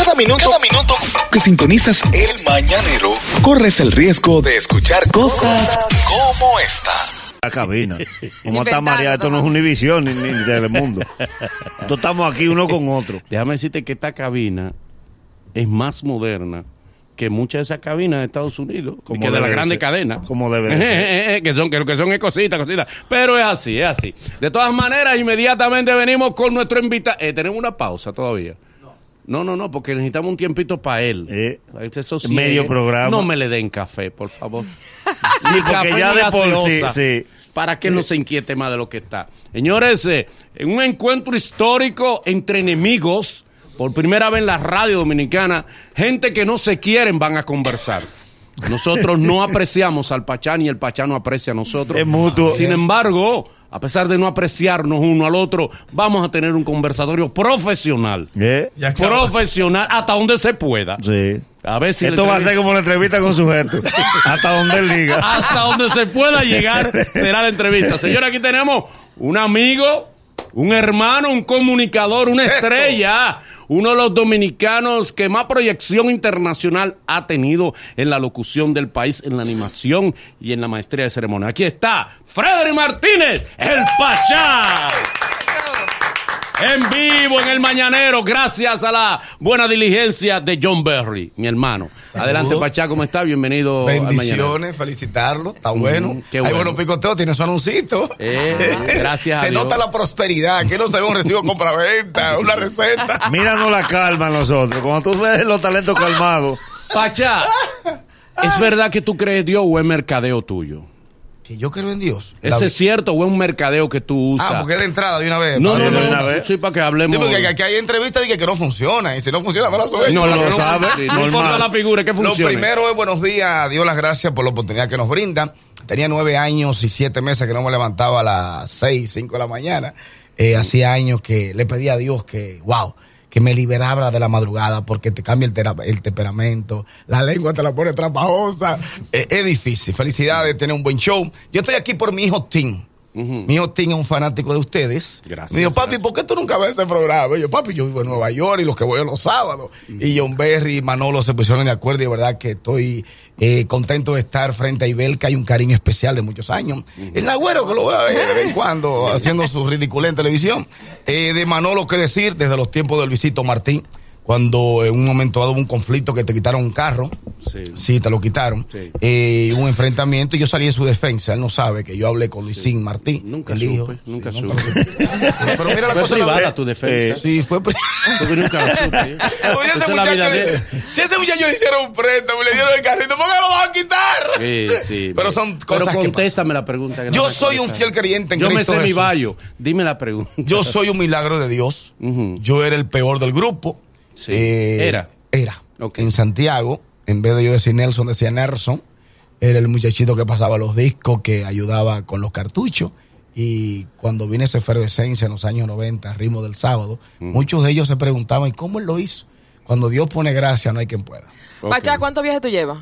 Cada minuto que sintonizas el mañanero, corres el riesgo de escuchar cosas como esta. La cabina. ¿Cómo está María? Esto no es Univisión ni Telemundo. Nosotros estamos aquí uno con otro. Déjame decirte que esta cabina es más moderna que muchas de esas cabinas de Estados Unidos, como que de las grandes cadenas. Como debe ser. que son es cositas. Pero es así. De todas maneras, inmediatamente venimos con nuestro invitado. ¿Tenemos una pausa todavía? No, porque necesitamos un tiempito para él. Medio programa. No me le den café, por favor. Sí, porque ya de por sí. Para que no se inquiete más de lo que está. Señores, en un encuentro histórico entre enemigos, por primera vez en la radio dominicana, gente que no se quieren van a conversar. Nosotros no apreciamos al Pachá, ni el Pachá no aprecia a nosotros. Es mutuo. Sin embargo, a pesar de no apreciarnos uno al otro, vamos a tener un conversatorio profesional. Profesional, hasta donde se pueda. Sí. A ver si esto va a ser como la entrevista con sujeto. Hasta donde él diga. Hasta donde se pueda llegar será la entrevista. Señora, aquí tenemos un amigo, un hermano, un comunicador, una estrella. Uno de los dominicanos que más proyección internacional ha tenido en la locución del país, en la animación y en la maestría de ceremonia. Aquí está Frederick Martínez, el Pachá. En vivo, en el Mañanero, gracias a la buena diligencia de John Berry, mi hermano. Saludos. Adelante, Pachá, ¿cómo está? Bienvenido al Mañanero. Bendiciones, felicitarlo, está bueno. Qué bueno. Hay buenos picoteos, tiene su anuncito. Gracias a Se Dios. nota la prosperidad, que no se ve un recibo compra-venta, una receta. Míranos la calma a nosotros. Cuando tú ves los talentos calmados. Pachá, ¿es verdad que tú crees Dios o es mercadeo tuyo? Que yo creo en Dios. ¿Ese es cierto o es un mercadeo que tú usas? Porque es de entrada de una vez. No, de una vez. Sí, para que hablemos. Sí, porque aquí hay entrevistas que no funcionan. Y si no funciona, no la suben. No lo sabe. No importa la figura, que funcione. Lo primero es buenos días. Dios las gracias por la oportunidad que nos brinda. Tenía 9 años y 7 meses que no me levantaba a las 6, 5 de la mañana. Hacía años que le pedí a Dios que me liberara de la madrugada porque te cambia el temperamento, la lengua te la pone trabajosa. Es difícil. Felicidades, tener un buen show. Yo estoy aquí por mi hijo Tim. Mi hijo Tim es un fanático de ustedes. Gracias. Me dijo, papi, ¿por qué tú nunca ves ese programa? Y yo, papi, yo vivo en Nueva York y los que voy los sábados. Y John Berry y Manolo se pusieron de acuerdo y de verdad que estoy contento de estar frente a Ibelka. Hay un cariño especial de muchos años. El Nagüero, que lo veo de vez en cuando haciendo su ridiculez en televisión. De Manolo, ¿qué decir? Desde los tiempos de Luisito Martín, cuando en un momento dado hubo un conflicto que te quitaron un carro. Sí, te lo quitaron. Sí. Un enfrentamiento y yo salí en su defensa. Él no sabe que yo hablé con Luisín Martín. Nunca Nunca supe. Pero mira la fue cosa privada tu defensa. Sí, fue Porque nunca lo supe. Oye, si ese muchacho le hicieron un préstamo y le dieron el carrito, ¿por qué lo van a quitar? Sí. Pero son cosas que contéstame la pregunta. Que yo soy un fiel creyente en Cristo Jesús. Yo me sé mi vallo. Dime la pregunta. Yo soy un milagro de Dios. Yo era el peor del grupo. Sí. Era. Okay. En Santiago, en vez de yo decir Nelson, decía Nelson. Era el muchachito que pasaba los discos, que ayudaba con los cartuchos. Y cuando vine esa efervescencia en los años 90, ritmo del sábado, muchos de ellos se preguntaban, ¿y cómo él lo hizo? Cuando Dios pone gracia, no hay quien pueda. Okay. Pachá, ¿cuántos viajes tú llevas?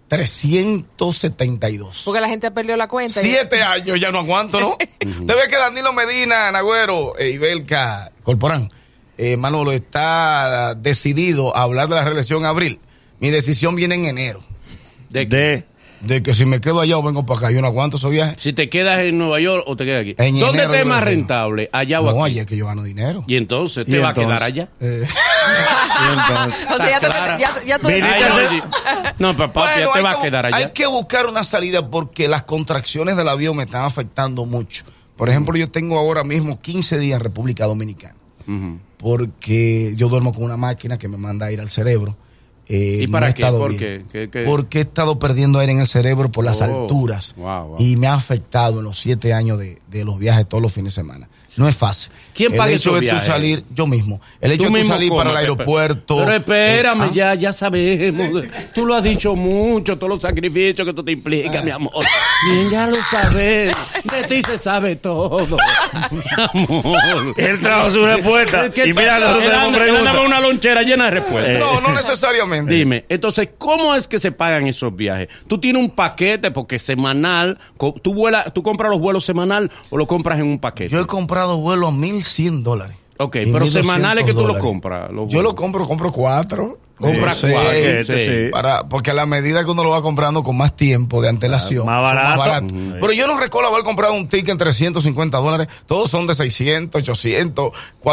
372. Porque la gente perdió la cuenta. 7 años, ya no aguanto, ¿no? Te ves que Danilo Medina, Nagüero, Ibelka, Corporán, Manolo, está decidido a hablar de la reelección en abril. Mi decisión viene en enero. De que si me quedo allá o vengo para acá, yo no aguanto esos viajes. Si te quedas en Nueva York o te quedas aquí. ¿Dónde te es más rentable? ¿Allá o aquí? No, allá es que yo gano dinero. ¿Y entonces te va a quedar allá? Y entonces. O sea, ya tú no, papá, ya te va a quedar allá. Hay que buscar una salida porque las contracciones del avión me están afectando mucho. Por ejemplo, yo tengo ahora mismo 15 días en República Dominicana. Porque yo duermo con una máquina que me manda aire al cerebro. ¿Y para qué? ¿Por qué? Porque he estado perdiendo aire en el cerebro por las alturas. Y me ha afectado en los 7 años de los viajes todos los fines de semana. No es fácil. ¿Quién paga el hecho de tú salir, yo mismo. El hecho de tú salir para el aeropuerto. Pero espérame, ya sabemos. Tú lo has dicho mucho, todos los sacrificios que tú te implicas, mi amor. Bien, ya lo sabes. De ti se sabe todo. Mi amor. Él trajo su respuesta. Y mira, nosotros tenemos preguntas. Una lonchera llena de respuestas. No necesariamente. Dime, entonces, ¿cómo es que se pagan esos viajes? Tú tienes un paquete porque semanal. ¿Tú compras los vuelos semanal o lo compras en un paquete? Yo he comprado vuelos a $1,100. Ok, en pero semanales que tú lo $1,200. compras. Yo lo compro 4. Compra Sí, 4. sí. porque a la medida que uno lo va comprando con más tiempo de antelación, Más son barato. Pero yo no recuerdo haber comprado un ticket en $350. Todos son de 600, 800,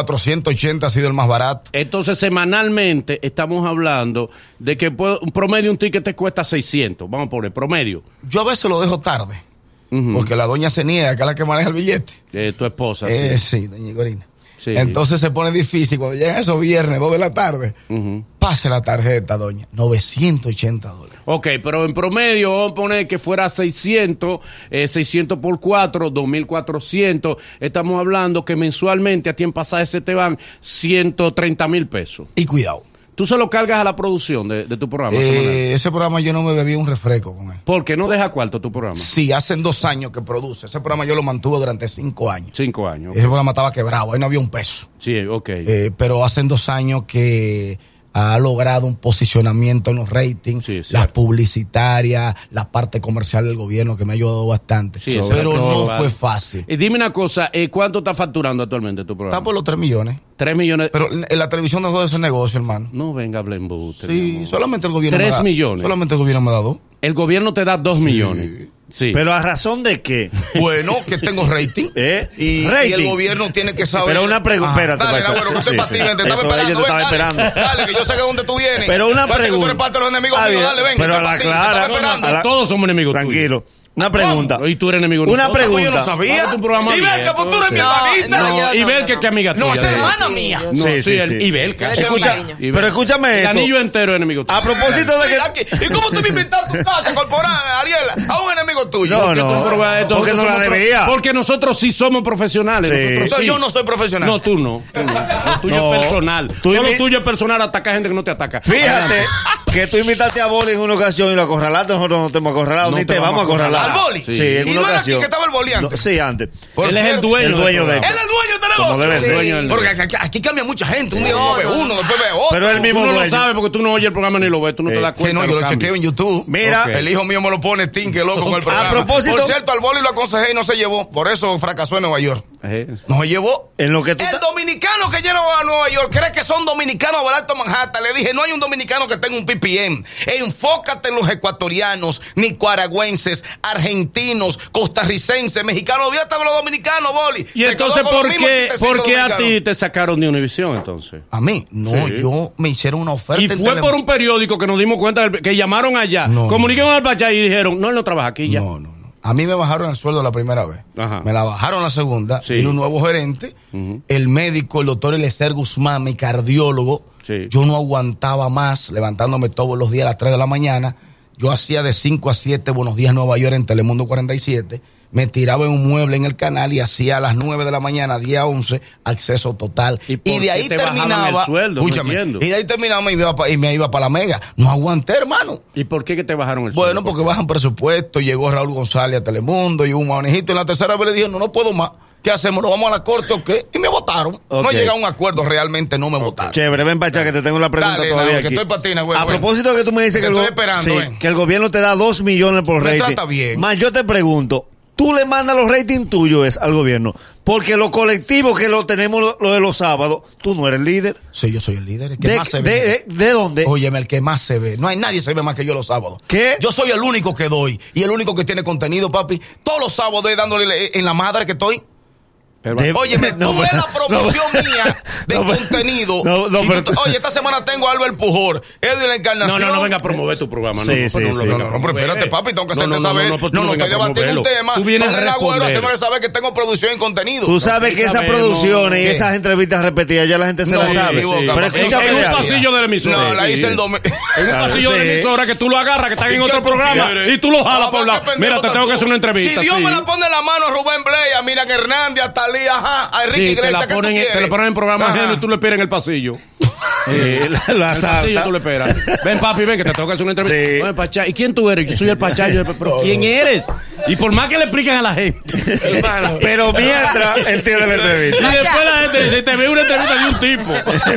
480 ha sido el más barato. Entonces, semanalmente estamos hablando de que un promedio un ticket te cuesta 600. Vamos a poner promedio. Yo a veces lo dejo tarde, porque la doña se niega, que es la que maneja el billete. Tu esposa. Sí, doña Igorina. Sí. Entonces se pone difícil cuando llegan esos viernes, 2 de la tarde. Pase la tarjeta, doña. $980. Ok, pero en promedio vamos a poner que fuera 600, 600 por 4, 2,400. Estamos hablando que mensualmente a ti en pasajes se te van 130,000 pesos. Y cuidado. ¿Tú se lo cargas a la producción de tu programa semanal? Ese programa yo no me bebí un refresco con él. ¿Por qué no deja cuarto tu programa? Sí, hacen 2 años que produce. Ese programa yo lo mantuve durante 5 años. 5 años. Ese programa estaba quebrado, ahí no había un peso. Sí, ok. Pero hacen 2 años que ha logrado un posicionamiento en los ratings, Sí, es las cierto. publicitarias, la parte comercial del gobierno que me ha ayudado bastante. Sí, eso pero es no todo, fue vale. fácil. Y dime una cosa, ¿cuánto está facturando actualmente tu programa? Está por los 3 millones. 3 millones. Pero en la televisión dejó de ese negocio, hermano. No venga a hablar en embuste, mi Sí, amor. solamente el gobierno 3 me da. millones. Solamente el gobierno me ha dado. El gobierno te da 2 millones. Sí. Pero a razón de qué. Bueno, que tengo rating. Y Rating. el gobierno tiene que saber. Pero una pregunta, Ajá. espérate, Dale, Pacha. bueno, que estoy Sí, para ti, sí. ven, te estaba Eso, esperando. yo te estaba Dale, esperando. dale, que yo sé de dónde tú vienes. Pero una Acuérdate que tú pregunta. eres parte de los enemigos Ah, míos, bien. dale, ven, Pero que a la estoy para ti, te clara. estaba esperando. A la- Todos somos enemigos tuyos. Tranquilo. Una pregunta. Y tú eres enemigo de Una nosotros. pregunta. Yo no sabía. Vamos a tu programa Y ven que abierto. pues tú eres mi No, hermanita. no, No, yo y no, Belka, no. que amiga No, tuya. es hermana Sí, mía. yo No, Sí, sí, sí, el sí. Ibelka. Eres mi Escucha, cariño. pero escúchame El esto. anillo entero es enemigo tuyo. A propósito de Mira que... aquí. ¿Y cómo tú me invitaste a tu casa corporal, Ariela? A un enemigo tuyo. No, Porque no. tú pruebas esto, Porque no nosotros la somos debía. Porque nosotros sí somos profesionales. Sí. Nosotros Entonces sí. yo no soy profesional. No, tú no. Tú no. Lo tuyo No. es personal. Tú Todo lo imi- tuyo es personal. Ataca gente que no te ataca. Fíjate que tú invitaste a Boli en una ocasión y lo acorralaste, nosotros no te hemos acorralado, No ni te te vamos a acorralar. ¿Al Boli? Sí, Sí. en ¿Y una no era aquí ocasión. que estaba el Boli antes? No, sí, antes. Por Él es el cierto, dueño. el dueño de Él es el dueño de este Como negocio. debe ser. Dueño del Porque negocio. aquí cambia mucha gente. Un día No, uno ve no, uno, no. después ve otro. Pero el mismo Tú no lo dueño. sabes porque tú no oyes el programa ni lo ves. Tú no te das Que cuenta. no, de yo los lo chequeo en cambios. YouTube. Mira, El hijo mío me lo pone tinque loco con el programa. A propósito- Por cierto, al Boli lo aconsejé y no se llevó. Por eso fracasó en Nueva York. No se llevó. en lo que tú El estás... dominicano que lleva a Nueva York cree que son dominicanos baratos Manhattan. Le dije, no hay un dominicano que tenga un PPM. Enfócate en los ecuatorianos, nicaragüenses, argentinos, costarricenses, mexicanos. Olvídate de los dominicanos, Boli. Y Se entonces, quedó con los ¿por mismos qué, chistecitos por qué a dominicanos. ti te sacaron de Univisión entonces? A mí, no, Sí. yo me hicieron una oferta. Y en fue Telemundo. por un periódico que nos dimos cuenta que llamaron allá, No, comunicaron al Pachá y dijeron, no, él no trabaja aquí ya. No, no, no. A mí me bajaron el sueldo la primera vez. Ajá. Me la bajaron la segunda. Sí. Vino un nuevo gerente. El médico, el doctor Eliezer Guzmán, mi cardiólogo. Sí. Yo no aguantaba más levantándome todos los días a las 3 de la mañana. Yo hacía de 5 a 7 Buenos Días Nueva York en Telemundo 47. Me tiraba en un mueble en el canal y hacía a las 9 de la mañana, 10 a 11, acceso total. ¿Y por de qué ahí te bajaron terminaba. el sueldo? No Escúchame, entiendo. y de ahí terminaba y me iba para la Mega. No aguanté, hermano. ¿Y por qué que te bajaron el Bueno, sueldo? porque bajan presupuesto, llegó Raúl González a Telemundo y un manejito. En la tercera vez le dije, no puedo más. ¿Qué hacemos? ¿Nos vamos a la corte o qué? Y me votaron. No Ok. llega a un acuerdo, realmente no me votaron. Chévere, ven Pachá, que te tengo la pregunta Dale, todavía dale, que aquí. estoy patina, güey, A güey. propósito de que tú me dices Te que, estoy esperando, ven. que el gobierno te da 2 millones por Me rating. trata bien. Más yo te pregunto, tú le mandas los ratings tuyos al gobierno, porque los colectivos que lo tenemos lo de los sábados, tú no eres líder. Sí, yo soy el líder, el que más se ve. ¿De dónde? Óyeme, el que más se ve. No hay nadie se ve más que yo los sábados. ¿Qué? Yo soy el único que doy y el único que tiene contenido, papi. Todos los sábados estoy dándole en la madre que estoy. Pero- Óyeme, No, tú ves pero- la promoción no, mía de no, contenido. no, Y pero- oye, esta semana tengo a Albert Pujol, Edwin La Encarnación. No venga a promover tu programa. Sí, sí, lo sí. venga a No, pero promover. espérate, papi, tengo que hacerte no, saber. pues tú No, no, vengas estoy a debatiendo un promoverlo. tema. Tú vienes Con a el agüero, responder. haciéndole saber que tengo producción y contenido. Tú sabes que esas sabemos. producciones y ¿Qué? esas entrevistas repetidas ya la gente se No, las sabe. equivoca, Pero papi. escúchame en un algo. pasillo de la emisora. No, la Sí. hice el domingo. En un pasillo de la Sí. emisora que tú lo agarras, que están ¿Y en qué otro tú programa, quieres? y tú lo jalas Ah, por un lado. ¿qué pendejo Mira, te estás tengo que tú? hacer una entrevista. Si Dios sí. me la pone en la mano a Rubén Blay, a Miriam Hernández, a Talía, ajá, a Enrique Sí, te Iglesias, la ¿qué tú ponen, quieres? te la ponen en programa Ajá. ajeno y tú lo esperas en el pasillo. La En el pasillo salta. tú lo esperas. Ven, papi, ven, que te tengo que hacer una entrevista. Sí. Oye, Pachá, ¿y quién tú eres? Yo soy el Pachá. Pero ¿quién eres? Y por más que le expliquen a la gente. Hermano. Pero mientras, entiende la Y entrevista. después la gente dice, te veo una entrevista de un tipo.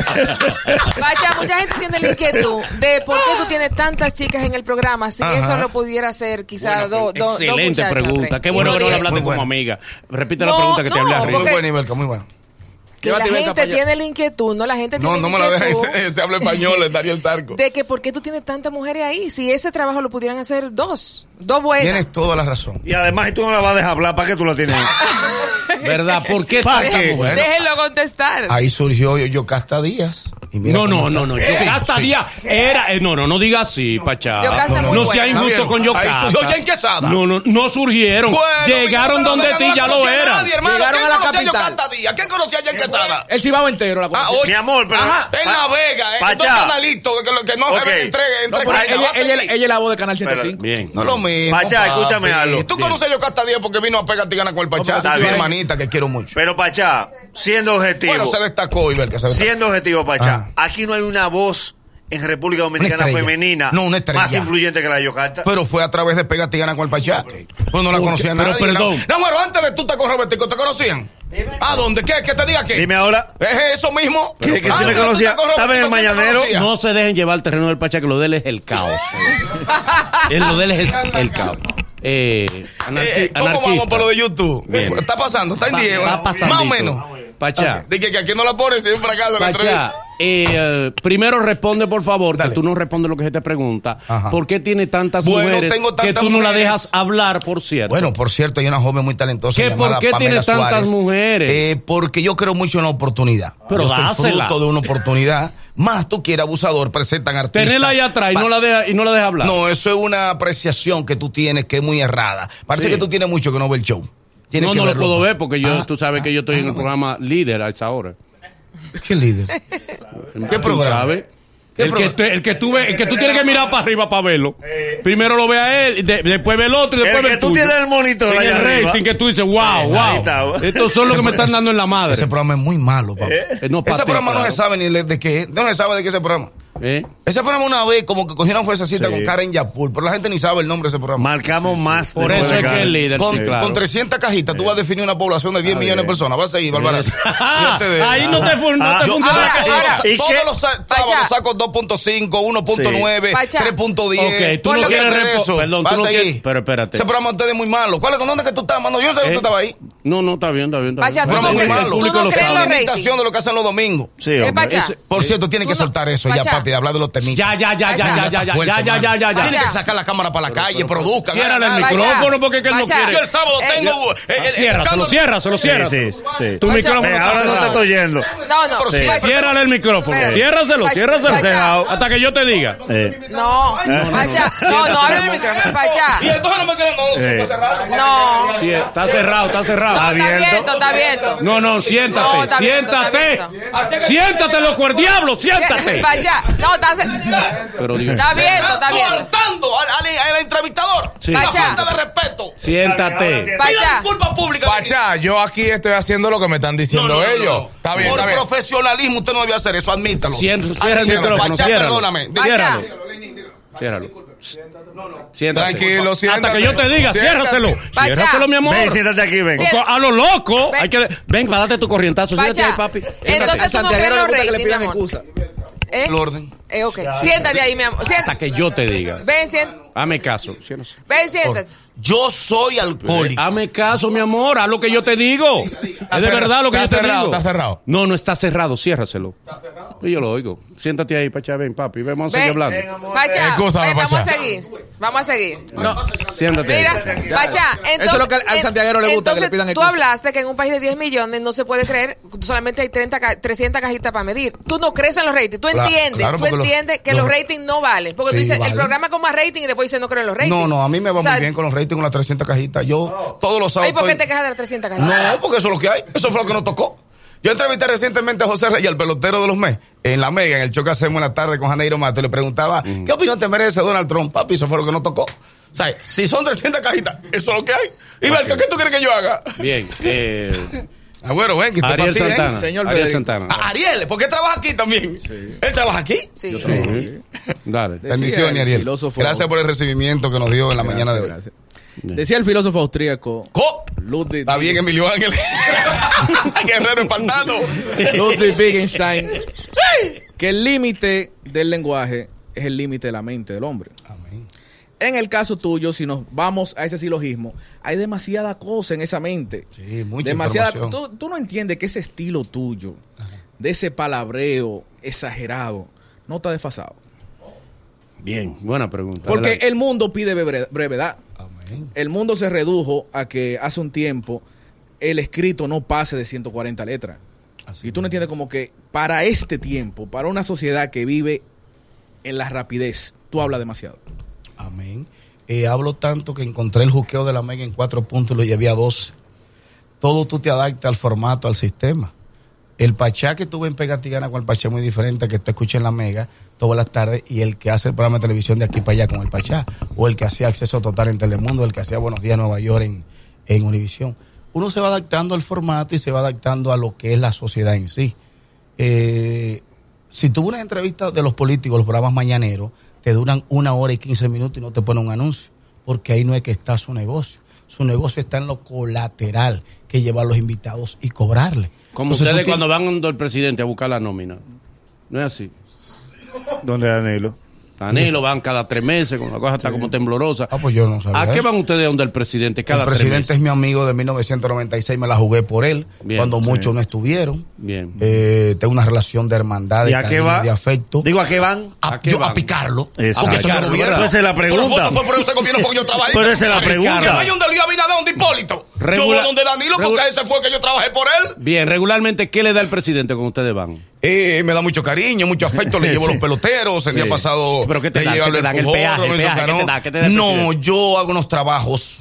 Pacha, mucha gente tiene la inquietud de por qué tú tienes tantas chicas en el programa, si Ajá. eso lo pudiera hacer quizás dos Excelente muchachas, pregunta. tres. Qué Y bueno no que no le diez. hablaste Muy como bueno. amiga. Repite la No, pregunta que te no, hablé Muy arriba. porque- buena, Ibelka, muy buena. que la gente tiene la inquietud, ¿no? La gente tiene No me la dejes, se habla español, Daniel Tarco. De que por qué tú tienes tantas mujeres ahí, si ese trabajo lo pudieran hacer dos buenas. Tienes toda la razón. Y además, si tú no la vas a dejar hablar, ¿para qué tú la tienes ahí? ¿Verdad? ¿Por qué ¿Para tantas qué? mujeres? Déjenlo contestar. Ahí surgió Yocasta Díaz. Y mira No. Sí, Yocasta sí. Díaz era. No diga así, Pachá. Yocasta muy No sea buena. injusto con Yocasta. Ahí surgió en Quesada. No surgieron. Bueno, Llegaron mi donde casa ti no ya lo conocía a era. nadie, hermano. Llegaron ¿Quién a la conocía a capital. Yocasta Díaz? ¿Quién conocía allá en Quesada? El Cibao entero la conoce. Oye, Mi amor, pero... en La Vega, Pachá. estos canalitos que no Ok. se ven entre No, pero ella es la voz de Canal 105. Bien. No es lo mismo. Pachá, papi. escúchame algo. Tú conoces a Yocasta Díaz porque vino a pegar tigana con el Pachá. Está Mi bien. hermanita que quiero mucho. Pero, Pachá, siendo objetivo... Bueno, se destacó, Iber, que se destacó. Siendo objetivo, Pachá, aquí no hay una voz en República Dominicana estrella. femenina No, una estrella. más influyente que la de Yocasta. Pero fue a través de Pega Tigana con el Pachá. Pues no la conocía pero nadie. perdón. No, bueno, antes de tú estar con Robertico, ¿te conocían? ¿A dónde? ¿Qué? ¿Que te diga qué? Dime ahora. ¿Es eso mismo? Que si me Antes de tú conocía, estar con estaba en el Robertico, ¿quién te mañanero. conocía? No se dejen llevar al terreno del Pachá, que lo de él es el caos. Lo de él es el caos. ¿Cómo vamos por lo de YouTube? Bien. Está pasando, está en 10. Va pasando. Más o menos. Pachá. Dije que aquí no la pones, es un fracaso. la Pachá, entrevista. primero responde, por favor, Dale. que tú no respondes lo que se te pregunta. Ajá. ¿Por qué tiene tantas Bueno, mujeres tengo que tantas tú no la mujeres. dejas hablar, por cierto? Bueno, por cierto, hay una joven muy talentosa ¿Qué? llamada ¿Por qué Pamela tiene tantas Suárez. mujeres? Porque yo creo mucho en la oportunidad. Pero yo soy dásela. fruto de una oportunidad. Más tú quieres abusador, presentan artistas. Tenerla ahí atrás y no la deja hablar. No, eso es una apreciación que tú tienes que es muy errada. Parece Sí. que tú tienes mucho que no ver el show. Tienes No que lo verlo. puedo ver porque Ah, tú sabes que yo estoy en el programa líder a esa hora. ¿Qué líder? ¿Qué ¿Tú programa? sabes? ¿Qué El que tú tienes que mirar para arriba para verlo. Primero lo ve a él, después ve el otro y después El ve que el tú tuyo. tienes el monitor En allá el arriba. rating que tú dices, wow, Ahí está. wow. Estos son los que me están dando en la madre. Ese programa es muy malo, papá. No, para Ese ti, programa no claro. se sabe ni de qué. No se sabe de qué es ese programa. ¿Eh? Ese programa una vez como que cogieron fuercecita Sí. con Karen Yapur, pero la gente ni sabe el nombre de ese programa. Marcamos más. Por de eso nueve es que caras. el líder, Con, sí, claro. con 300 cajitas tú vas a definir una población de 10 millones de personas. Vas a seguir, Bárbara. Ahí no te funciona. Yo Ahora, ¿y todos qué? los sábados Pacha. saco 2.5, 1.9, Pacha. 3.10. Ok, tú ¿Cuál no es quieres eso? perdón, Va tú a no seguir. quieres. Pero espérate. Ese programa de ustedes es muy malo. ¿Dónde es que tú estás, mano? Yo no sé dónde tú estabas ahí. No, está bien. Pacha, Un tú programa no muy crees- malo. tú no público lo crees sabe. los Una ratings. imitación de lo que hacen los domingos. Sí, hombre. Pacha. Por cierto, tienen que Tú no- soltar eso ya, Pacha. papi, de hablar de los temitas. Ya. Tienen Pacha. que sacar la cámara para la calle, produzcan. Ciérrale el hagan algo. micrófono porque es que él no Pacha. quiere. Yo el sábado tengo... Ciérraselo. Sí. Tu Pacha. micrófono Ahora está no te cerrado. estoy yendo. No. Pero sí. Pacha. Ciérrale el micrófono. Espérate. Ciérraselo. Pacha. Hasta que yo te diga. No, Pacha. No, abre el micrófono. Pacha. Y entonces no me quedan... No, cerrado. No. Sí, está cerrado. No, está abierto. No, siéntate. No, está abierto, Siéntate. está Siéntate, loco, el diablo. Siéntate. Pacha. No, Pero diga. está abierto. Cortando al entrevistador. Sí. La Pacha. falta de respeto. Siéntate. Pida Pacha. disculpas públicas. Pacha, yo aquí estoy haciendo lo que me están diciendo ellos. Está bien, Por está bien. profesionalismo usted no debió hacer eso, admítalo. Cierra el Admítalo, micrófono. Pacha, Ciérralo. perdóname. Pacha. Ciérralo. Siéntate. Tranquilo, Hasta siéntate. que yo te diga, Siéntate. ciérraselo. Pacha. Ciérraselo, mi amor. Ven, siéntate aquí, ven. Siéntate. A lo loco. Ven. Hay que... Ven, para darte tu corrientazo. Siéntate Pacha. ahí, papi. Entonces tú no crees Santiaguero le los gusta que le ratings, mi pidan amor. excusa. El orden. Ok. Siéntate ahí, mi amor. Hasta Siéntate. que yo te diga. Ven, siéntate. Hazme caso. Ciérrase. Ven, siéntate. Yo soy alcohólico. Hazme caso, mi amor. Haz lo que yo te digo. Es de verdad lo que yo te digo. Está cerrado. No está cerrado. Ciérraselo. Y yo lo oigo. Siéntate ahí, Pacha. Ven, papi. Vamos a seguir Ven. hablando. Pacha. Excúsame, Ven, vamos a Pacha. seguir. Vamos a seguir. Siéntate. Mira, Pacha, entonces, Eso es lo que al santiaguero le gusta, que le pidan tú excusa. hablaste que en un país de 10 millones no se puede creer, solamente hay 300 cajitas para medir. Tú no crees en los ratings, tú entiendes, claro, porque que los ratings no valen. Porque tú Sí, dices, el valen. programa con más rating y después dices no creo en los ratings. No, a mí me va O sea, muy bien con los ratings, con las 300 cajitas. Yo todos los sábados... ¿y por qué estoy- te quejas de las 300 cajitas? No, porque eso es lo que hay. Eso fue lo que nos tocó. Yo entrevisté recientemente a José Reyes, el pelotero de los Mets, en la Mega, en el show que hacemos en la tarde con Janeiro Mato. Le preguntaba, ¿qué opinión te merece Donald Trump? Papi, eso fue lo que nos tocó. O sea, si son 300 cajitas, eso es lo que hay. Y ver, ¿qué tú quieres que yo haga? Bien. Bueno, ven, que esto Ariel es para ti, Santana. Señor Ariel Federico. Santana. Ariel, ¿por qué trabaja aquí también? ¿Él trabaja aquí? Sí. Dale. Bendiciones, el Ariel. filósofo- Gracias por el recibimiento que nos dio en la mañana de hoy. Gracias. Decía el filósofo austríaco Ludwig Está bien, Emilio Ángel. Guerrero espantado. Ludwig Wittgenstein que el límite del lenguaje es el límite de la mente del hombre. Amén. En el caso tuyo, si nos vamos a ese silogismo, hay demasiada cosa en esa mente. Sí, mucha información. Tú no entiendes que ese estilo tuyo, de ese palabreo exagerado, no está desfasado. Bien, buena pregunta. Porque Adelante. el mundo pide brevedad. Amén. El mundo se redujo a que hace un tiempo el escrito no pase de 140 letras. Así Y tú no entiendes como que para este tiempo, para una sociedad que vive en la rapidez, tú hablas demasiado. Amén. Hablo tanto que encontré el juqueo de la Mega en 4 puntos y lo llevé a 12. Todo tú te adaptas al formato, al sistema. El Pachá que tuve en Pegatigana con el Pachá muy diferente que tú escuchas en la Mega todas las tardes y el que hace el programa de televisión de aquí para allá con el Pachá, o el que hacía Acceso Total en Telemundo, el que hacía Buenos Días Nueva York en Univisión. Uno se va adaptando al formato y se va adaptando a lo que es la sociedad en sí. Si tuve una entrevista de los políticos, los programas mañaneros, te duran 1 hora y 15 minutos y no te ponen un anuncio, porque ahí no es que está su negocio. Su negocio está en lo colateral, que llevar a los invitados y cobrarle. Como Entonces, ustedes cuando van donde el presidente a buscar la nómina. No es así. ¿Dónde Danilo? Danilo van cada 3 meses, con la cosa está como temblorosa. Pues yo no sabía ¿A qué eso. van ustedes donde el presidente cada El 3 presidente meses? es mi amigo de 1996, me la jugué por él, Bien, cuando sí. muchos no estuvieron. Bien. Tengo una relación de hermandad, de ¿Y a qué cariño, va? de afecto. Digo, ¿a qué van? ¿a qué van? A picarlo. Exacto. Porque ese Picarlo, gobierno. Pues esa es la pregunta. Fue por ese gobierno porque yo trabajé. Pero esa es la pregunta. Yo voy donde Luis Abinader, donde Hipólito. Yo voy Regular- donde Danilo porque ese fue que yo trabajé por él. Bien, regularmente, ¿qué le da el presidente cuando ustedes van? Me da mucho cariño, mucho afecto, le llevo los peloteros, el día pasado ¿Pero qué te le dan? llevo ¿Qué te el dan? El empujón, peaje, Robinson ¿qué Cano. te da? ¿Qué te da el No, presidente? yo hago unos trabajos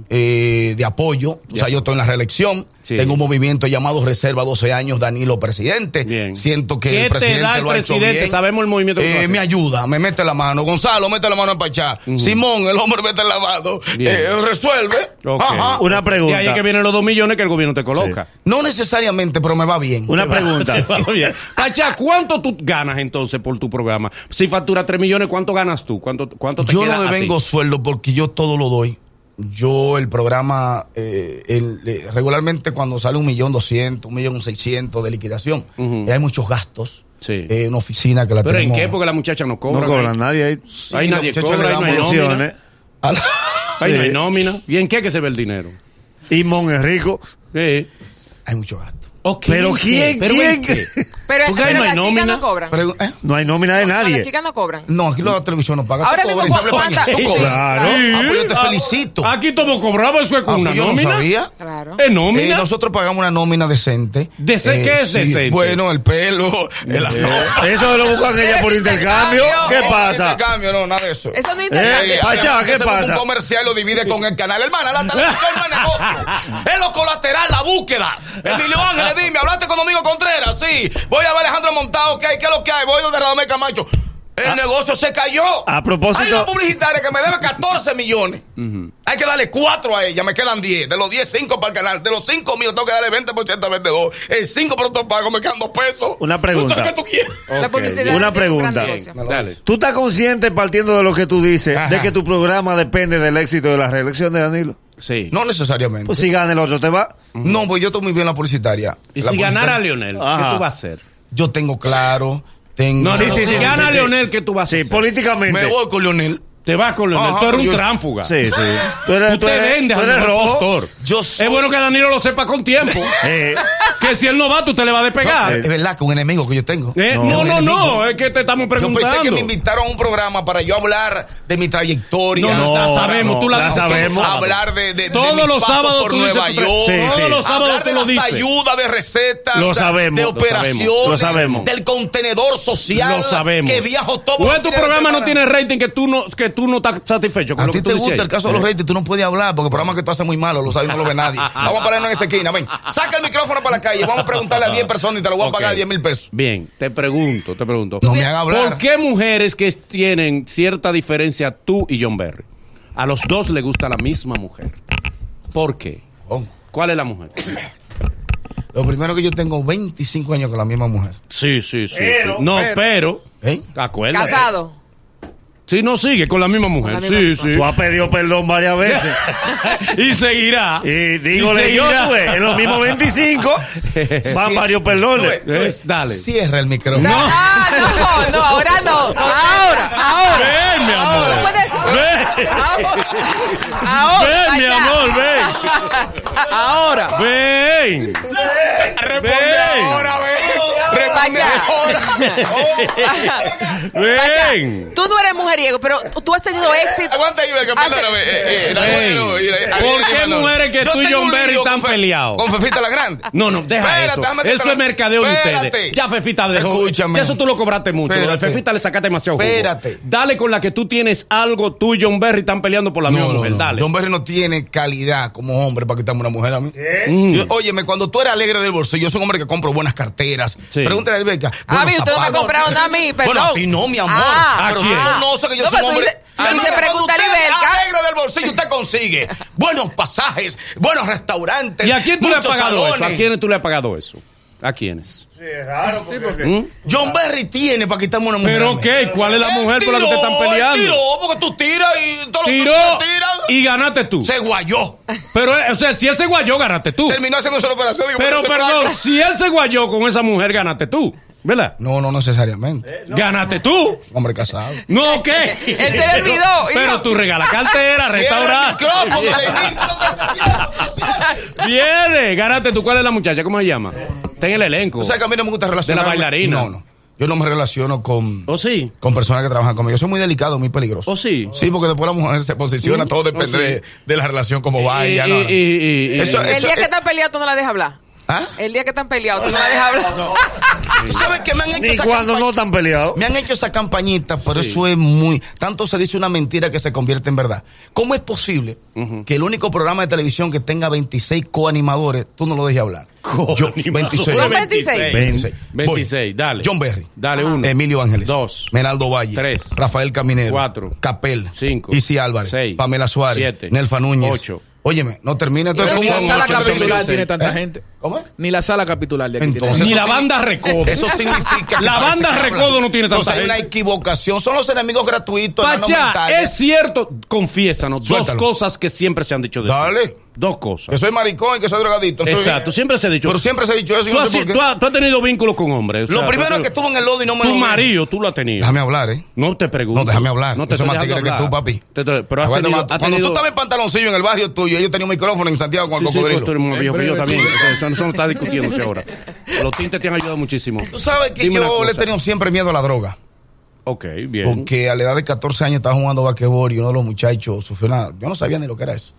de apoyo, o sea, yo estoy en la reelección, Sí. tengo un movimiento llamado Reserva 12 años, Danilo presidente, Bien. siento que ¿Qué el te presidente da el lo ha hecho presidente? bien. Sabemos el movimiento que tú haces. Me ayuda, me mete la mano, Gonzalo, mete la mano en Pachá, Simón, el hombre mete la mano, Bien. resuelve. Ok. Ajá. Una Y pregunta. ahí es que vienen los 2 millones que el gobierno te coloca. No necesariamente, pero me va bien. Una pregunta. Te va bien. Pachá, ¿cuánto tú ganas entonces por tu programa? Si factura 3 millones, ¿cuánto ganas tú? ¿Cuánto te Yo queda no a ti? devengo sueldo porque yo todo lo doy. Yo el programa, regularmente cuando sale 1.200.000, 1.600.000 de liquidación, hay muchos gastos. Sí. Una oficina que la ¿Pero en tenemos. qué? Porque las muchachas no cobran. No cobran nadie ahí. Ahí la nadie muchacha cobra, le ahí no hay damos nómina. Opciones. A la- Ahí no hay Sí. nómina. ¿Y en qué que se ve el dinero? Y Mon es rico. Sí. Hay mucho gasto. Ok, Pero ¿en ¿quién? qué? ¿Pero ¿Quién? en qué? Pero, Porque ahí pero no hay las chicas nómina. no cobran. Pero, No hay nómina de No, nadie. las chicas no cobran. no, aquí la televisión no paga. Ahora Tú mismo, cobras y se habla ¿cuánta? español. Tú Sí, cobras. claro. Pues yo te felicito. Aquí todos cobramos, eso es con una Pues yo nómina. no sabía. Claro. ¿Es nómina? Nosotros pagamos una nómina decente. ¿Qué es Sí, decente? Bueno, el pelo, el Eso lo buscan ella por intercambio. ¿Qué pasa? Cambio, no, nada de eso. Eso no intercambio. Pachá, ¿qué Ese pasa? Un comercial lo divide con el canal. Hermana, la televisión no es negocio. Es lo colateral, la búsqueda. Emilio Ángeles, dime, ¿hablaste con Domingo Contreras? Sí. Voy a ver a Alejandro Montado. ¿Qué es lo que hay? Voy donde Radamel Camacho. El negocio se cayó. A propósito- Hay una publicitaria que me debe 14 millones. Hay que darle 4 a ella. Me quedan 10. De los 10, 5 para el canal. De los 5 míos, tengo que darle 20% a 22. El 5 por otro pago, me quedan 2 pesos. Una pregunta. ¿Tú sabes qué tú quieres? La publicidad Una es un pregunta. gran negocio. Dale. ¿Tú estás consciente, partiendo de lo que tú dices, Ajá. de que tu programa depende del éxito de la reelección de Danilo? Sí. No necesariamente. Pues si gana el otro, ¿te va? No, pues yo estoy muy bien en la publicitaria. Y La si ganara publicitaria- Leonel, Ajá. ¿qué tú vas a hacer? Yo tengo claro. Tengo. No, Sí, no, sí, si sí, gana sí, sí. Leonel, ¿qué tú vas a Sí, hacer? políticamente. Me voy con Leonel. Te vas con Leonel. Ajá, Tú eres un yo- tránfuga. Sí, sí. Tú Tú te vendes tú al eres mejor rojo. postor. Yo soy- Es bueno que Danilo lo sepa con tiempo. Que si él no va, tú te le vas a despegar. Es verdad que un enemigo que yo tengo. No, es que te estamos Yo preguntando. pensé que me invitaron a un programa para yo hablar de mi trayectoria. No, la sabemos, tú la la dices sabemos. Hablar de Todos mis los pasos sábados por tú dices Nueva tu York. Sí, Todos sí. los sábados Hablar tú de lo las dices. ayudas, de recetas, Lo sabemos, de lo operaciones, lo sabemos. del contenedor social. Lo sabemos. Que viajo todo. ¿O los en tu fines de programa no semana. tiene rating que tú no estás satisfecho con A lo ti que tú te dices? gusta el caso de los ratings, tú no puedes hablar porque el programa que tú haces es muy malo, lo sabes, no lo ve nadie. Vamos a pararnos en esa esquina, ven. Saca el micrófono para la calle, vamos a preguntarle a 10 personas y te lo voy a pagar Ok. 10,000 pesos. Bien, te pregunto. No me haga hablar. ¿Por qué mujeres que tienen cierta diferencia, tú y John Berry, a los dos le gusta la misma mujer? ¿Por qué? Oh. ¿Cuál es la mujer? Lo primero que yo tengo 25 años con la misma mujer. Sí. No, pero ¿Eh? acuérdate. Casado. Sí, no sigue con la misma mujer. Con la misma Sí. Tú has pedido perdón varias veces. Y seguirá. Y dígole yo, seguirá. tú ves, en los mismos 25 van Sí. varios perdones. Dale. Cierra el micrófono. No, ahora no. Ahora. Ven, mi amor. No puedes. Ven. Ahora. Ven. Responde ahora, ven. Responde ahora. Ven. Tú no eres mujeriego, pero tú has tenido éxito. Aguanta ahí, que perdóname. ¿Por qué mujeres que tú y John Berry están peleados? Con Fefita la Grande. No, deja eso. Eso es mercadeo de ustedes. Ya Fefita dejó. Escúchame. Ya eso tú lo cobraste mucho. Lo de Fefita le sacaste demasiado jugo. Espérate. Dale con la que tú tienes algo, tú y John Berry están peleando por la misma mujer. Dale. John Berry no tiene calidad como hombre para quitarme una mujer a mí. Óyeme, cuando tú eres alegre del bolsillo, yo soy un hombre que compro buenas carteras. Sí. Pregúntale a Alberca. A mí, usted no me ha comprado nada a mí, perdón. Bueno, a ti no, mi amor. Pero tú no sé que yo soy un hombre. Si te pregunta a Alberca. Alegre del bolsillo, usted consigue buenos pasajes, buenos restaurantes. ¿Y a quién tú le has pagado salones. eso? ¿A quiénes tú le has pagado eso? ¿A quiénes? Sí, es raro. Porque... John Berry tiene para quitarme una mujer. ¿Pero qué? ¿Cuál es la mujer por la que te están peleando? Tiró, porque tú tiras y todo Tiró lo que tú tiras. y ganaste tú. Se guayó. Pero, o sea, si él se guayó, ganaste tú. Terminó haciendo esa operación. Digo, Pero, se perdón, placa. si él se guayó con esa mujer, ganaste tú. ¿Verdad? No necesariamente. Ganaste tú. Hombre casado. No, ¿qué? Él te le olvidó. Pero tú regalas cartera, restaurante. Viene, ganaste tú. ¿Cuál es la muchacha? ¿Cómo se llama? Está en el elenco. O sea, que a mí no me gusta relacionarme. De la bailarina. No. Yo no me relaciono con... ¿O sí? Con personas que trabajan conmigo. Yo soy muy delicado, muy peligroso. ¿O sí? Sí, porque después la mujer se posiciona. Todo depende sí. de la relación, cómo vaya. El día que están peleados, tú no la dejas hablar. ¿Ah? El día que están peleados, tú no la dejas hablar. ¿Tú sabes que me han hecho Ni esa cuando no están peleados. Me han hecho esa campañita, pero eso es muy... Tanto se dice una mentira que se convierte en verdad. ¿Cómo es posible que el único programa de televisión que tenga 26 coanimadores, tú no lo dejes hablar? Yo, 26. Son 26. 26, dale. John Berry. Dale, 1. Emilio Ángeles. 2. Menaldo Valle. 3. Rafael Caminero. 4. Capel. 5. Isi Álvarez. 6. Pamela Suárez. 7. Nelfa Núñez. 8. Óyeme, no termina. Entonces, Ni la ¿cómo sala ocho capitular televisiones? tiene tanta gente. ¿Cómo es? Ni la sala capitular de aquí Entonces, tiene Ni eso la banda Recodo. Eso significa que La parece banda que Recodo hablan. no tiene tanta Entonces, hay una gente. equivocación. Son los enemigos gratuitos. enanos Pacha, mentales. es cierto, confiésanos, Suéltalo. dos cosas que siempre se han dicho de ti. Dale. Dos Que cosas. soy maricón y que soy drogadicto. Exacto, siempre se ha dicho. Pero siempre se ha dicho eso. y Tú no has, sé por qué. tú has tenido vínculos con hombres. o Lo sea, primero tú- es que estuvo en el lodo y no me Tu lo marido, tú lo has tenido. Déjame hablar, ¿eh? No te pregunto. No, déjame hablar. No te Eso es estoy más tigre dejando que tú, hablar. papi. Pero has Aguanta, tenido, Cuando tú estabas en pantaloncillo en el barrio tuyo, ellos tenían un micrófono en Santiago con el Sí, sí, cocodrilo. tú eres más viejo que yo breve, también. sí. Eso no está discutiéndose ahora. Los tintes te han ayudado muchísimo. Tú sabes que Dime una yo le he cosa. tenido siempre miedo a la droga. Ok, bien. Porque a la edad de 14 años estaba jugando basquetbol y uno de los muchachos sufrió una... Yo no sabía ni lo que era eso.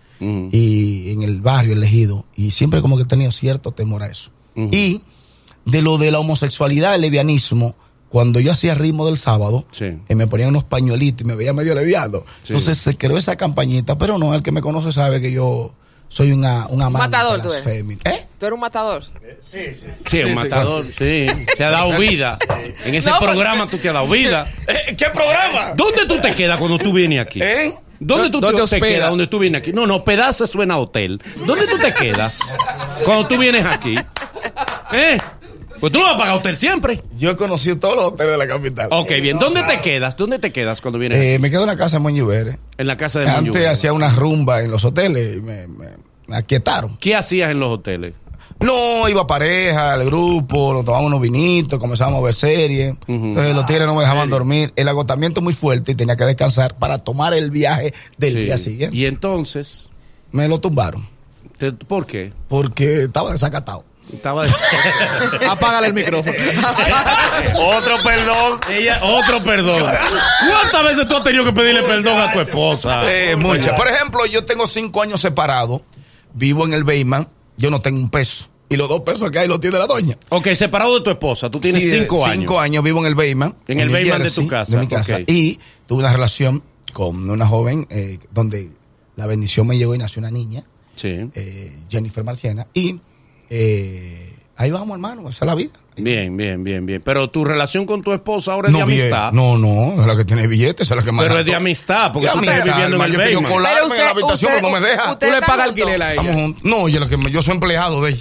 Y en el barrio, el ejido. Y siempre como que he tenido cierto temor a eso. Y de lo de la homosexualidad, el lesbianismo, cuando yo hacía ritmo del sábado, Sí. me ponían unos pañuelitos y me veía medio lesbiano. Sí. Entonces se creó esa campañita, pero no, el que me conoce sabe que yo soy un amante Matador, de tú las eres. féminas. ¿Eh? Tú eres un matador. Sí, un matador, sí. Se ha dado vida. En ese No, pues- programa tú te has dado vida. ¿Qué programa? ¿Dónde tú te quedas cuando tú vienes aquí? ¿Eh? ¿Dónde tú ¿Dónde te hospeda? quedas? ¿Dónde tú vienes aquí? No, hospedaje suena a hotel. ¿Dónde tú te quedas cuando tú vienes aquí? Pues tú no vas a pagar hotel siempre. Yo he conocido todos los hoteles de la capital. Ok, bien. ¿Dónde te quedas? ¿Dónde te quedas cuando vienes aquí? Me quedo en la casa de Moñuvere. En la casa de Antes Moñuelo. hacía una rumba en los hoteles y me aquietaron. ¿Qué hacías en los hoteles? No, iba pareja, el grupo, nos tomábamos unos vinitos, comenzábamos a ver series. Entonces los tigres no me dejaban dormir. El agotamiento muy fuerte y tenía que descansar para tomar el viaje del Sí. día siguiente. Y entonces, Me lo tumbaron ¿por qué? porque estaba desacatado. Estaba Apágale el micrófono. Otro perdón. otro perdón. ¿Cuántas veces tú has tenido que pedirle perdón a tu esposa? Muchas. Por ejemplo, yo tengo 5 años separado, vivo en el Bayman, yo no tengo un peso. Y los 2 pesos que hay los tiene la doña. Ok, separado de tu esposa, tú tienes Sí, 5 años. 5 años vivo en el Bayman. En el New Bayman de Jersey, tu casa, De mi casa. ok. Y tuve una relación con una joven donde la bendición me llegó y nació una niña, Sí. Jennifer Marciana. Y ahí vamos, hermano, esa es la vida. Bien. Pero tu relación con tu esposa ahora es de bien. amistad. No, es la que tiene billetes, esa es la que más. Pero es de amistad, porque tú estás viviendo en el Yo quiero Bayman. colarme Pero en la habitación, pero no me deja. usted Tú le está pagas junto. alquiler a ella. Vamos juntos. No, yo soy empleado de ella.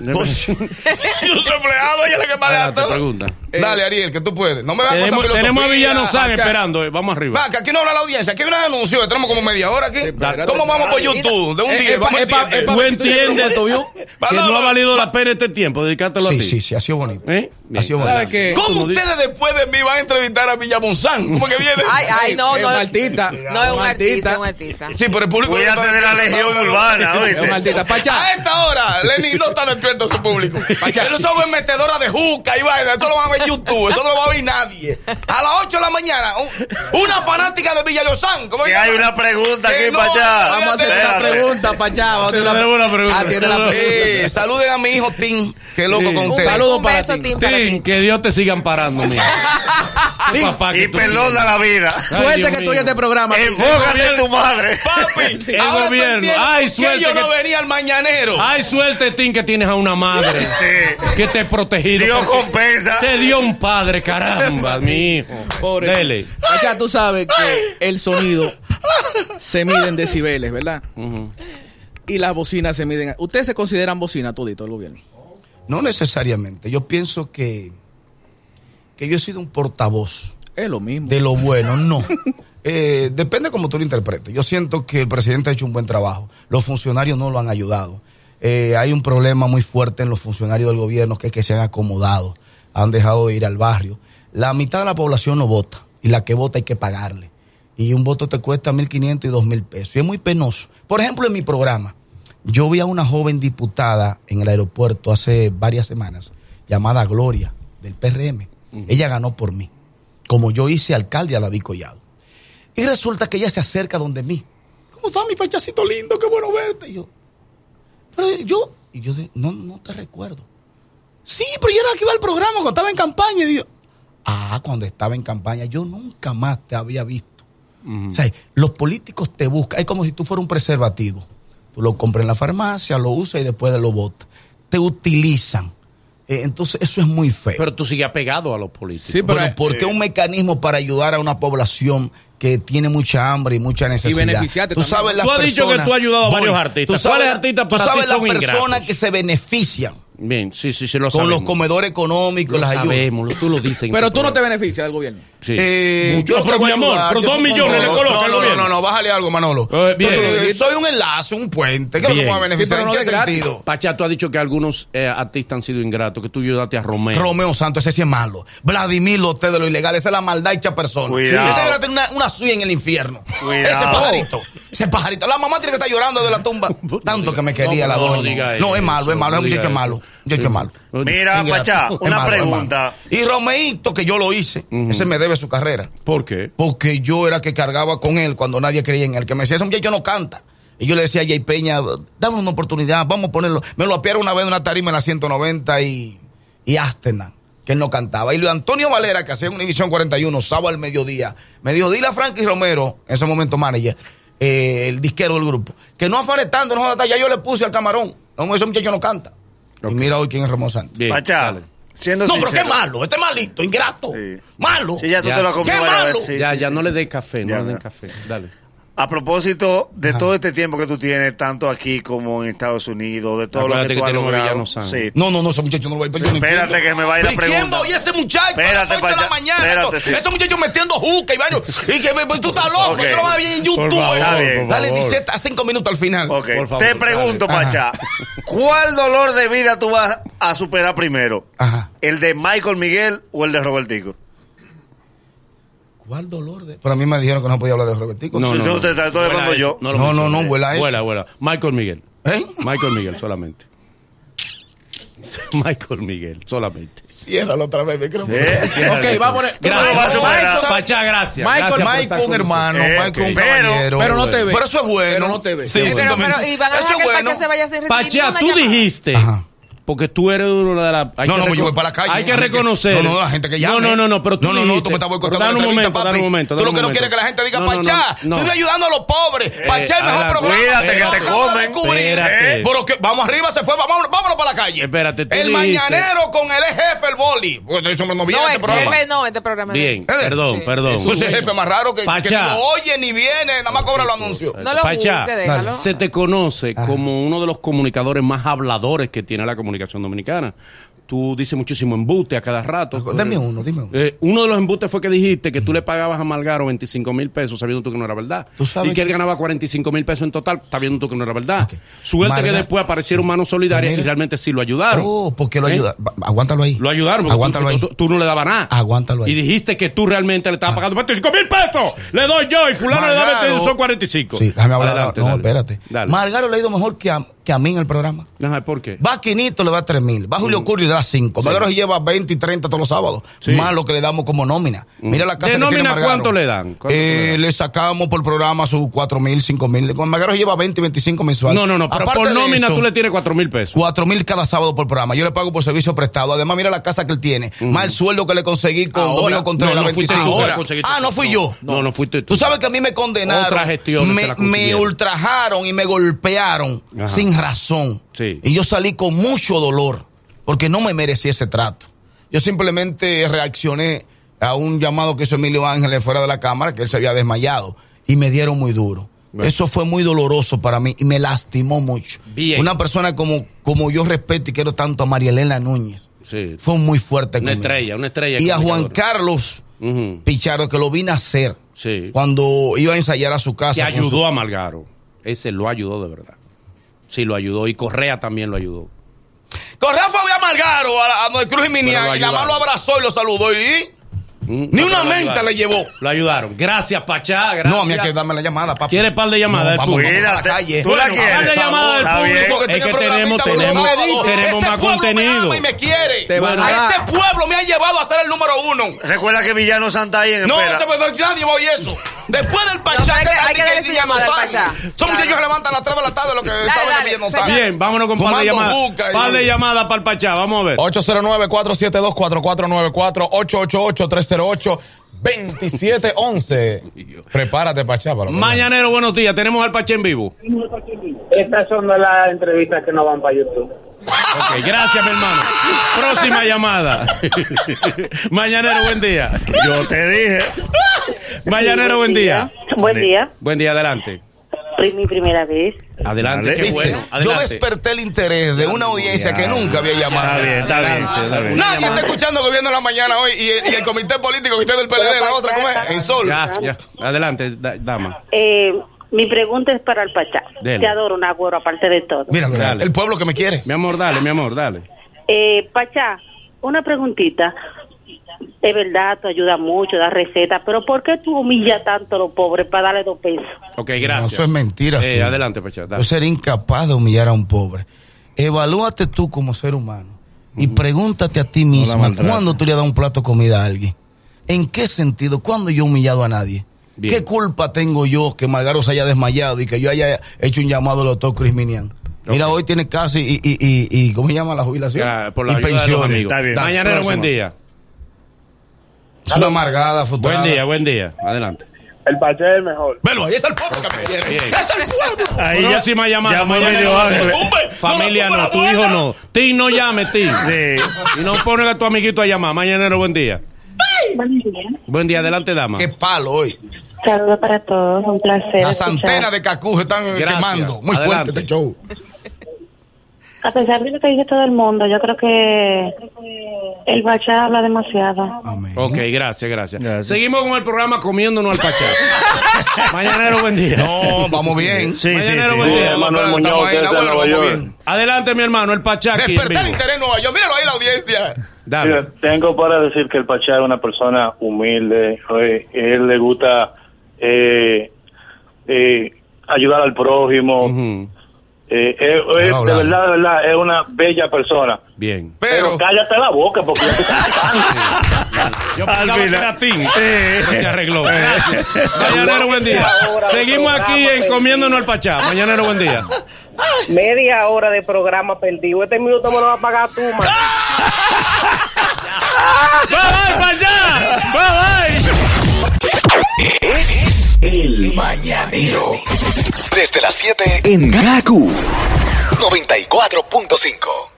Pues, y un empleado, ella es la que paga Adelante, todo. pregunta. Dale, Ariel, que tú puedes. No me das cosas Tenemos a Villano San esperando. Vamos arriba. Va, que aquí no habla la audiencia, aquí hay un anuncio, tenemos como media hora aquí. espérate, ¿Cómo vamos por YouTube? De un 10, vamos a 7. ¿Tú entiendes que no ha valido la pena este tiempo dedicártelo a ti? Sí, ha sido bonito. ¿Eh? Ha sido ¿Sabe bonito. qué? ¿Cómo Tú no ustedes después de mí van a entrevistar a Villamonzán? ¿Cómo que viene? Ay, no, Es no. un artista. No es un artista, es un artista. Sí, pero el público... Cuídate de la legión urbana, Es un oíste. artista. A Pachá. esta hora, Lenny no está despierto su público. Ellos son metedora de juca y vaina. Eso lo van a ver en YouTube. Eso no lo va a ver nadie. A las 8 de la mañana, una fanática de Villalozán. ¿Cómo Que se hay llama? una pregunta Que aquí no, para allá. Vamos a hacer una Espérate. pregunta, Pachá. Vamos a hacer Tenemos una pregunta. Ah, tiene la pregunta. Saluden a mi hijo Tim, que loco Sí. con Un, ustedes. Saludos un para beso, ti. Tim, para Tim, ti. que Dios te siga amparando, mira. Papá, que Y tú perdona la vida. Ay, Suerte Dios que tú mío. oyes este programa. Enfócate en tu madre. Papi, El ahora tú gobierno. entiendes Ay, por qué suerte yo no que- venía al mañanero. Ay, suerte, Tim, que tienes a una madre Sí. que te ha protegido. Dios porque compensa. Te dio un padre, caramba, mi hijo. Pobre. Dele. Pachá, tú sabes que el sonido se mide en decibeles, ¿verdad? Y las bocinas se miden. ¿Ustedes se consideran bocina todito el gobierno? No necesariamente. Yo pienso que yo he sido un portavoz Es lo mismo. de lo bueno. No. Depende cómo tú lo interpretes. Yo siento que el presidente ha hecho un buen trabajo. Los funcionarios no lo han ayudado. Hay un problema muy fuerte en los funcionarios del gobierno, que es que se han acomodado, han dejado de ir al barrio. La mitad de la población no vota, y la que vota hay que pagarle. Y un voto te cuesta 1.500 y 2.000 pesos. Y es muy penoso. Por ejemplo, en mi programa, yo vi a una joven diputada en el aeropuerto hace varias semanas, llamada Gloria, del PRM. Ella ganó por mí, como yo hice alcalde a David Collado. Y resulta que ella se acerca donde mí. ¿Cómo está mi pachacito lindo? Qué bueno verte. Y yo no te recuerdo. Sí, pero yo era la que iba al programa cuando estaba en campaña. Y digo, cuando estaba en campaña, yo nunca más te había visto. O sea, los políticos te buscan. Es como si tú fueras un preservativo. Tú lo compras en la farmacia, lo usas y después lo botas. Te utilizan. Entonces, eso es muy feo. Pero tú sigues apegado a los políticos. Sí, pero Bueno, porque es un mecanismo para ayudar a una población que tiene mucha hambre y mucha necesidad. beneficiarte Tú también. sabes las Tú has dicho que personas- tú has ayudado a varios Voy. artistas. Tú sabes- ¿Cuáles artistas para tú sabes ti son las personas ingratos? que se benefician Bien, sí, lo con sabemos. los comedores económicos, Lo las ayudas. sabemos, tú lo dices. en Pero tu tú no te programa. beneficias del gobierno. Sí. Yo no te pero voy mi a amor, ayudar, pero yo 2 supongo- millones le coloca el gobierno. No, bájale algo, Manolo. Bien. Soy un enlace, un puente. ¿Qué es lo que Bien. me va a beneficiar? Sí, pero ¿En no qué de gratis. sentido? Pacha, tú has dicho que algunos artistas han sido ingratos, que tú ayudaste a Romeo. Romeo Santos, ese sí es malo. Vladimir Loté de lo ilegal, esa es la maldad hecha persona. Cuidado. Ese debe tener una suya en el infierno. Cuidado. Ese pajarito. La mamá tiene que estar llorando de la tumba. Tanto que me quería la No, doña. no diga No, es eso, malo, no ese diga muchacho es eso. malo. Muchacho es malo. Mira, Ingrato. Pachá, Es una malo, es pregunta. malo. Y Romeito, que yo lo hice, ese me debe su carrera. ¿Por qué? Porque yo era que cargaba con él cuando nadie creía en él. Que me decía, ese muchacho no canta. Y yo le decía a Jay Peña, dame una oportunidad, vamos a ponerlo. Me lo apiaron una vez en una tarima en la 190 y Astenan, que él no cantaba. Y Luis Antonio Valera, que hacía en Univisión 41, sábado al mediodía, me dijo, dile a Frankie Romero, en ese momento manager, el disquero del grupo, que no afane tanto, no afane, ya yo le puse al camarón. No, ese muchacho no canta. Ok. Y mira hoy quién es Romeo Santos. Bien, Pachá, dale. siendo No, pero sincero. qué malo, este es malito, ingrato. Sí. Malo. Sí, ya tú Ya. te lo has comido ¡Qué varias malo! veces. Sí, Ya, sí, ya sí, no sí. le den café, Ya, no le den ya. café. Dale. A propósito de Ajá. todo este tiempo que tú tienes, tanto aquí como en Estados Unidos, de todo Acuérdate lo que tú que has tenemos logrado. Villano San. Sí. No, ese muchacho no lo va a ir. Sí, espérate que me va a ir la ¿Quién pregunta. va a oír ese muchacho Espérate, a las 8 de la Pachá, mañana? espérate, sí. Ese muchacho metiendo juca y baño. Y que tú estás loco, Ok. que lo vas a ver en YouTube. Por favor, Está bien. Dale por favor. 17 a 5 minutos al final. Ok, Por favor, te pregunto, dale. Pachá, ¿cuál dolor de vida tú vas a superar primero? Ajá. ¿El de Michael Miguel o el de Robertico? ¿Cuál dolor de...? Pero a mí me dijeron que no podía hablar de Robertico. Sí, yo te estoy Vuela hablando eso. yo. lo No, menciones. no, vuela eso. Vuela. Michael Miguel. ¿Eh? Michael Miguel solamente. Michael Miguel solamente. Ciérralo otra vez, micrófono. Ok, vamos a poner. lo vas a superar. Gracias. Pachá, gracias. Michael, Gracias por Mike estar un con hermano, nosotros. Mike un Pero- caballero. pero no te ve. Pero eso es bueno. Pero no te ve. Sí, Pero- Pero, 5 minutos. y van a Eso dejar es que el bueno. Pachá se vaya sin recibir Pachá, una tú llamada. dijiste. Ajá. Porque tú eres uno de la... hay No, que no, pues yo voy recono- para la calle. Hay que La gente- reconocer. No, la gente que llame. No, pero tú No, dijiste. tú me estás boicoteando Pero la entrevista, papi. dame un momento. Tú lo que no quieres es que la gente diga, No, Pachá, no. estoy ayudando a los pobres. Pachá, el mejor Adelante. programa. Cuídate, que Lo te acabo de comen. descubrir. Espérate. Pero que vamos arriba, se fue, vámonos para la calle. Espérate, tú El dijiste- mañanero con el jefe, el boli. Bueno, eso no viene No, este programa. este programa. Bien, no. perdón, Sí. perdón. Tú ese jefe más raro que Pachá. ni lo oye ni viene, nada más cobra los anuncios. No lo Pachá, busque, déjalo. se te conoce como uno de los comunicadores más habladores que tiene la comunicación comunicación dominicana. Tú dices muchísimo embuste a cada rato. Dime uno. Uno de los embustes fue que dijiste que tú le pagabas a Malgaro 25,000 pesos sabiendo tú que no era verdad. ¿Tú sabes y que él que ganaba 45,000 pesos en total sabiendo tú que no era verdad. Okay. Suerte que después aparecieron manos solidarias Mira. y realmente sí lo ayudaron. Oh, porque lo ayuda. Aguántalo ahí. Lo ayudaron porque Aguántalo ahí. tú no le dabas nada. Aguántalo ahí. Y dijiste que tú realmente le estabas pagando 25,000 pesos. Le doy yo y fulano le da 20, son 45. Sí, déjame hablar. Adelante, no, dale. espérate. Dale. Margaro le ha ido mejor que a mí en el programa. Ajá, ¿por qué? Va a Quinito, le da 3,000. Va a Julio Curry, le da 5. Margaro se lleva 20 y 30 todos los sábados. Sí. Más lo que le damos como nómina. Mira la casa ¿De que tiene nómina Margaro. cuánto le dan? ¿Cuánto le dan? Le sacamos por programa sus 4,000, 5,000. Con Margaro se lleva 20 y 25 mensuales. No, pero Aparte por de nómina eso, tú le tienes 4,000 pesos. 4,000 cada sábado por programa. Yo le pago por servicio prestado. Además, mira la casa que él tiene. Más el sueldo que le conseguí con Domingo Contreras. no fuiste 25. tú que le conseguiste eso. No fui yo. No fuiste tú. Tú sabes que a mí me condenaron. Otra gestión se la me consiguieron. ultrajaron y me golpearon Ajá. sin razón. Sí. Y yo salí con mucho dolor porque no me merecía ese trato. Yo simplemente reaccioné a un llamado que hizo Emilio Ángeles fuera de la cámara, que él se había desmayado, y me dieron muy duro. Bueno. Eso fue muy doloroso para mí y me lastimó mucho. Bien. Una persona como yo respeto y quiero tanto a María Elena Núñez. Sí. Fue muy fuerte Una conmigo. estrella. Y a Juan comunicador. Carlos Ujú. Pichardo, que lo vine a hacer Sí. cuando iba a ensayar a su casa. Que con ayudó a Malgaro. Ese lo ayudó de verdad. Sí, lo ayudó. Y Correa también lo ayudó. Correa fue a Margaro, a Noel Cruz y Minian, Pero lo y nada más lo ayudaron. abrazó y lo saludó. Ni No, una pero lo menta ayudaron. le llevó. Lo ayudaron. Gracias, Pachá. Gracias. No, a mí hay que darme la llamada, papi. ¿Quieres par de llamadas? No, vamos, Tú. vamos a la Cuídate. calle. Tú la Bueno, quieres. par de llamadas del Está bien. público. Porque Es tiene que programita los tenemos sábados. más Ese pueblo contenido. me ama y me quiere. Te van a A dar. ese pueblo me han llevado a ser el número 1. Recuerda que Villano Santa ahí en No, espera. nadie va a oír eso. Después del Pachá, No, hay que darle su llamada al saben. Pachá. Son Claro. muchachos que levantan a las 3 de la tarde lo que saben de dale, Villano señor. Santa. Bien, vámonos con par de Fumando llamadas. juca y- Par de llamadas para el Pachá. Vamos a ver. 809-472-4494, 888-308-2711. Prepárate, Pachá. para lo que Mañanero, buenos días. Tenemos al Pachá en vivo. Estas son las entrevistas que no van para YouTube. Ok, gracias, mi hermano. Próxima llamada. Mañanero, buen día. Yo te dije. Mañanero, buen día. Buen día. Buen día, adelante. Es mi primera vez. Adelante, Dale. qué ¿Viste? bueno. Yo Adelante. desperté el interés de una audiencia que nunca había llamado. Está bien. Nadie está escuchando Gobierno en la Mañana hoy y el comité político que está del PLD, la otra, ¿cómo es? En Sol. Ya. Adelante, dama. Mi pregunta es para el Pachá. Dele. Te adoro, Nagüero, aparte de todo. Mira, Dale. el pueblo que me quiere. Mi amor, dale. Pachá, una preguntita. Es verdad, tú ayudas mucho, das recetas, pero ¿por qué tú humillas tanto a los pobres para darle 2 pesos? Ok, No, gracias. eso es mentira. Zulia. Adelante, Pachá. dale. Yo sería incapaz de humillar a un pobre. Evalúate tú como ser humano y pregúntate a ti misma maltrates. cuándo tú le has dado un plato de comida a alguien. ¿En qué sentido? ¿Cuándo yo he humillado a nadie? Bien. ¿Qué culpa tengo yo que Margaro se haya desmayado y que yo haya hecho un llamado al doctor Chris Minian? Mira, hoy tiene casi y ¿cómo se llama la jubilación? Por la y ayuda de los pensiones. amigos. Está bien. Mañanero, Próximo. buen día. Es una amargada, frustrada. Buen día. Adelante. El Pachá es el mejor. Velo, ahí está el pueblo que me quiere. Bien. ¡Es el pueblo! Ahí ya. Próxima llamada. Llamó Mañanero, Emilio Ángeles. tumbe. Familia No, no, no, tu no, hijo no. no. Tim, no llame, Tim. Sí. Y no ponen a tu amiguito a llamar. Mañanero, buen día. Buen día. Buen día, adelante, dama. ¡Qué palo hoy! Saludos para todos, un placer. Las antenas de Cacú se están Gracias. quemando. Muy Adelante. fuerte este show. A pesar de lo que dice todo el mundo, yo creo que el Pachá habla demasiado. Amén. Ok, gracias. Gracias. Seguimos con el programa Comiéndonos al Pachá. Mañanero, buen día. No, vamos bien. Sí, Mañanero, sí, buen sí. día. Manuel Estamos Muñoz, ahí, desde Nahuel, Nueva vamos York. bien. Adelante, mi hermano, el Pachá aquí en Desperté el vivo. interés en Nueva York. Míralo ahí la audiencia. Dale. Mira, tengo para decir que el Pachá es una persona humilde. Él le gusta ayudar al prójimo. Ujú. De verdad, es una bella persona. Bien. Pero Pero, cállate la boca porque ya te estás cantando. Yo Al pensaba que final. era Tim. Pero se arregló. Gracias. Mañanero, buen día. Seguimos aquí en Comiéndonos al Pachá. Mañanero, buen día. Media hora de programa perdido. Este minuto me lo vas a pagar tú, man. Bye, Pachá. Bye. Es El Mañanero. Desde las 7 en GACU 94.5.